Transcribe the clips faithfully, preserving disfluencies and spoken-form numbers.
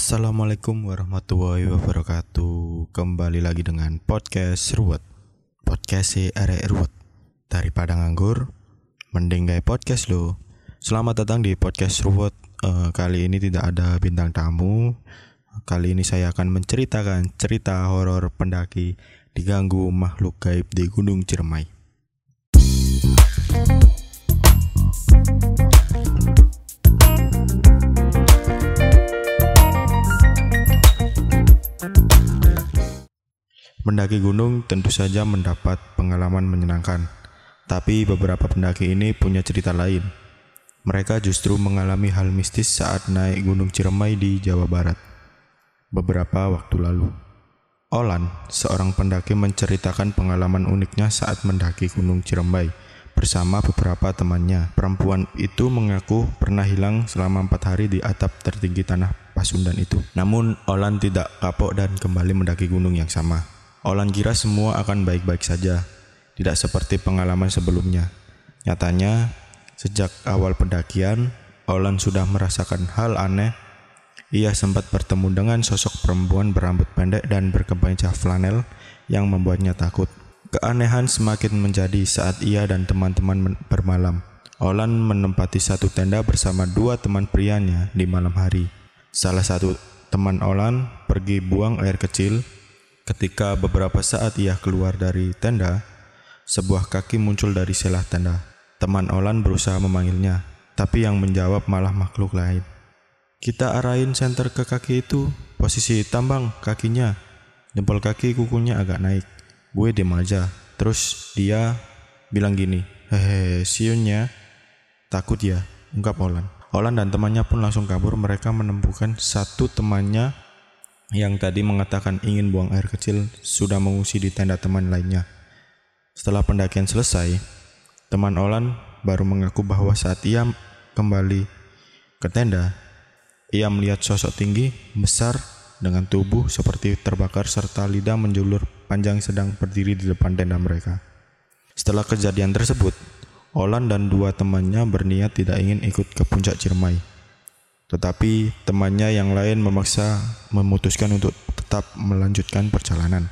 Assalamualaikum warahmatullahi wabarakatuh. Kembali lagi dengan podcast Ruwet. Podcast si arek ruwet. Daripada nganggur, mending gawe podcast lo. Selamat datang di podcast Ruwet. uh, Kali ini tidak ada bintang tamu. Kali ini saya akan menceritakan cerita horor pendaki diganggu makhluk gaib di Gunung Ciremai. Mendaki gunung tentu saja mendapat pengalaman menyenangkan, tapi beberapa pendaki ini punya cerita lain. Mereka justru mengalami hal mistis saat naik Gunung Ciremai di Jawa Barat beberapa waktu lalu. Olan, seorang pendaki, menceritakan pengalaman uniknya saat mendaki Gunung Ciremai bersama beberapa temannya. Perempuan itu mengaku pernah hilang selama empat hari di atap tertinggi tanah Pasundan itu. Namun Olan tidak kapok dan kembali mendaki gunung yang sama. Olan kira semua akan baik-baik saja, tidak seperti pengalaman sebelumnya. Nyatanya, sejak awal pendakian, Olan sudah merasakan hal aneh. Ia sempat bertemu dengan sosok perempuan berambut pendek dan berkemeja flanel yang membuatnya takut. Keanehan semakin menjadi saat ia dan teman-teman bermalam. Olan menempati satu tenda bersama dua teman prianya di malam hari. Salah satu teman Olan pergi buang air kecil. Ketika beberapa saat ia keluar dari tenda, sebuah kaki muncul dari selah tenda. Teman Olan berusaha memanggilnya, tapi yang menjawab malah makhluk lain. Kita arahin senter ke kaki itu, posisi tambang kakinya, jempol kaki kukunya agak naik. Gue diem aja, terus dia bilang gini, hehe, siunnya takut ya, ungkap Olan. Olan dan temannya pun langsung kabur. Mereka menemukan satu temannya yang tadi mengatakan ingin buang air kecil sudah mengungsi di tenda teman lainnya. Setelah pendakian selesai, teman Olan baru mengaku bahwa saat ia kembali ke tenda, ia melihat sosok tinggi, besar, dengan tubuh seperti terbakar serta lidah menjulur panjang sedang berdiri di depan tenda mereka. Setelah kejadian tersebut, Olan dan dua temannya berniat tidak ingin ikut ke puncak Ciremai. Tetapi temannya yang lain memaksa memutuskan untuk tetap melanjutkan perjalanan.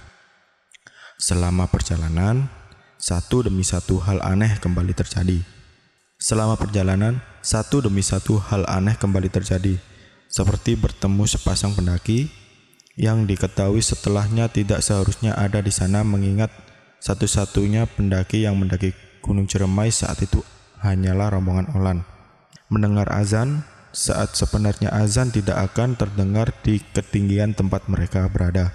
Selama perjalanan, satu demi satu hal aneh kembali terjadi. Selama perjalanan, satu demi satu hal aneh kembali terjadi. Seperti bertemu sepasang pendaki yang diketahui setelahnya tidak seharusnya ada di sana, mengingat satu-satunya pendaki yang mendaki Gunung Ciremai saat itu hanyalah rombongan Olan. Mendengar azan saat sebenarnya azan tidak akan terdengar di ketinggian tempat mereka berada.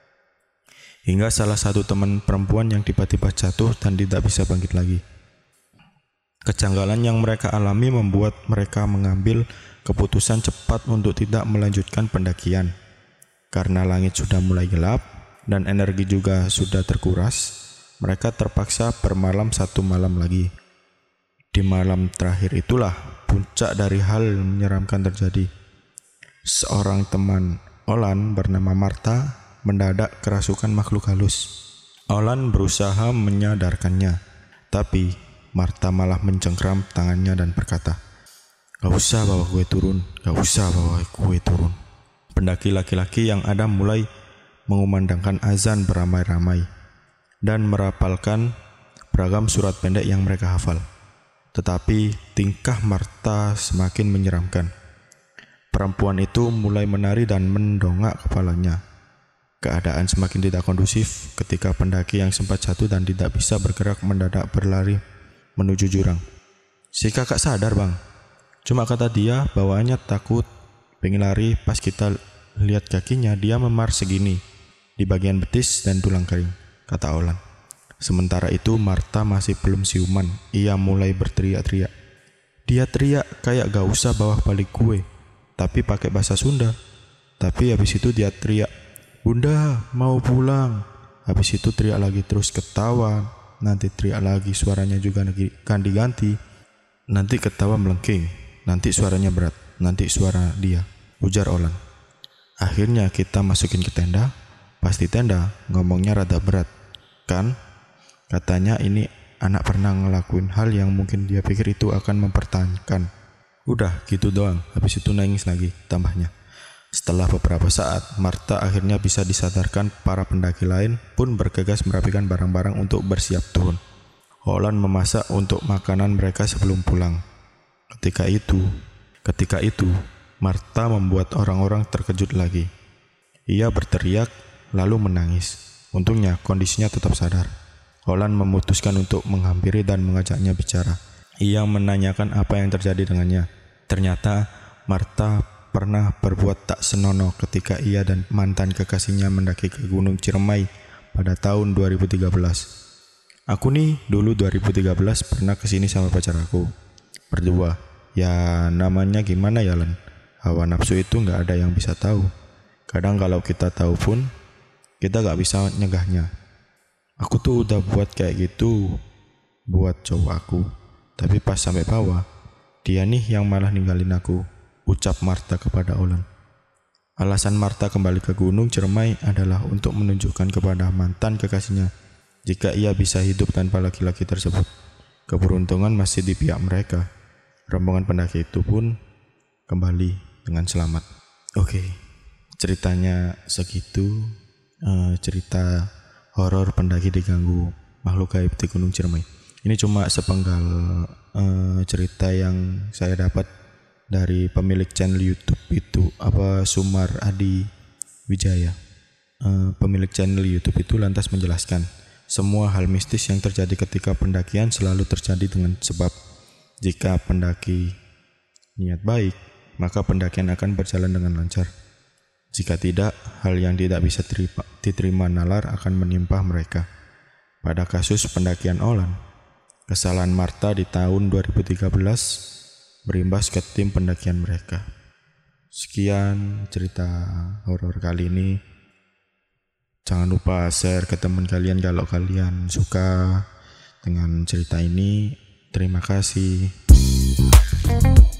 Hingga salah satu teman perempuan yang tiba-tiba jatuh dan tidak bisa bangkit lagi. Kejanggalan yang mereka alami membuat mereka mengambil keputusan cepat untuk tidak melanjutkan pendakian. Karena langit sudah mulai gelap dan energi juga sudah terkuras, mereka terpaksa bermalam satu malam lagi. Di malam terakhir itulah puncak dari hal menyeramkan terjadi. Seorang teman Olan bernama Marta mendadak kerasukan makhluk halus. Olan berusaha menyadarkannya, tapi Marta malah mencengkram tangannya dan berkata, "Gak usah bawa gue turun, gak usah bawa gue turun." Pendaki laki-laki yang ada mulai mengumandangkan azan beramai-ramai dan merapalkan beragam surat pendek yang mereka hafal. Tetapi tingkah Marta semakin menyeramkan. Perempuan itu mulai menari dan mendongak kepalanya. Keadaan semakin tidak kondusif ketika pendaki yang sempat jatuh dan tidak bisa bergerak mendadak berlari menuju jurang. "Si kakak sadar bang, cuma kata dia bawaannya takut, pengen lari, pas kita lihat kakinya dia memar segini di bagian betis dan tulang kering," kata Olan. Sementara itu Marta masih belum siuman. Ia mulai berteriak-teriak. Dia teriak kayak gak usah bawa balik gue, tapi pakai bahasa Sunda. Tapi habis itu dia teriak, "Bunda, mau pulang." Habis itu teriak lagi, terus ketawa. Nanti teriak lagi, suaranya juga ganti-ganti. Nanti ketawa melengking, nanti suaranya berat, nanti suara dia, ujar Olan. Akhirnya kita masukin ke tenda. Pas di tenda ngomongnya rada berat, kan? Katanya ini anak pernah ngelakuin hal yang mungkin dia pikir itu akan mempertahankan. Udah gitu doang, habis itu nangis lagi tambahnya. Setelah beberapa saat, Martha akhirnya bisa disadarkan. Para pendaki lain pun bergegas merapikan barang-barang untuk bersiap turun. Holland memasak untuk makanan mereka sebelum pulang. Ketika itu, ketika itu, Martha membuat orang-orang terkejut lagi. Ia berteriak, lalu menangis. Untungnya kondisinya tetap sadar. Holland memutuskan untuk menghampiri dan mengajaknya bicara. Ia menanyakan apa yang terjadi dengannya. Ternyata Martha pernah berbuat tak senonoh ketika ia dan mantan kekasihnya mendaki ke Gunung Ciremai pada tahun dua ribu tiga belas. Aku nih dulu dua ribu tiga belas pernah kesini sama pacar aku. Berdua. Ya namanya gimana ya Len? Hawa nafsu itu gak ada yang bisa tahu. Kadang kalau kita tahu pun, kita gak bisa nyegahnya. Aku tuh udah buat kayak gitu buat cowok aku. Tapi pas sampai bawah, dia nih yang malah ninggalin aku, ucap Martha kepada Holland. Alasan Martha kembali ke Gunung Ciremai adalah untuk menunjukkan kepada mantan kekasihnya jika ia bisa hidup tanpa laki-laki tersebut. Keberuntungan masih di pihak mereka. Rombongan pendaki itu pun kembali dengan selamat. Oke, ceritanya segitu. Uh, cerita horor pendaki diganggu makhluk gaib di Gunung Ciremai. Ini cuma sepenggal uh, cerita yang saya dapat dari pemilik channel YouTube itu apa Sumar Adi Wijaya. Uh, pemilik channel YouTube itu lantas menjelaskan, semua hal mistis yang terjadi ketika pendakian selalu terjadi dengan sebab. Jika pendaki niat baik, maka pendakian akan berjalan dengan lancar. Jika tidak, hal yang tidak bisa diterima, diterima nalar akan menimpa mereka. Pada kasus pendakian Holland, kesalahan Martha di tahun dua ribu tiga belas berimbas ke tim pendakian mereka. Sekian cerita horor kali ini. Jangan lupa share ke teman kalian kalau kalian suka dengan cerita ini. Terima kasih.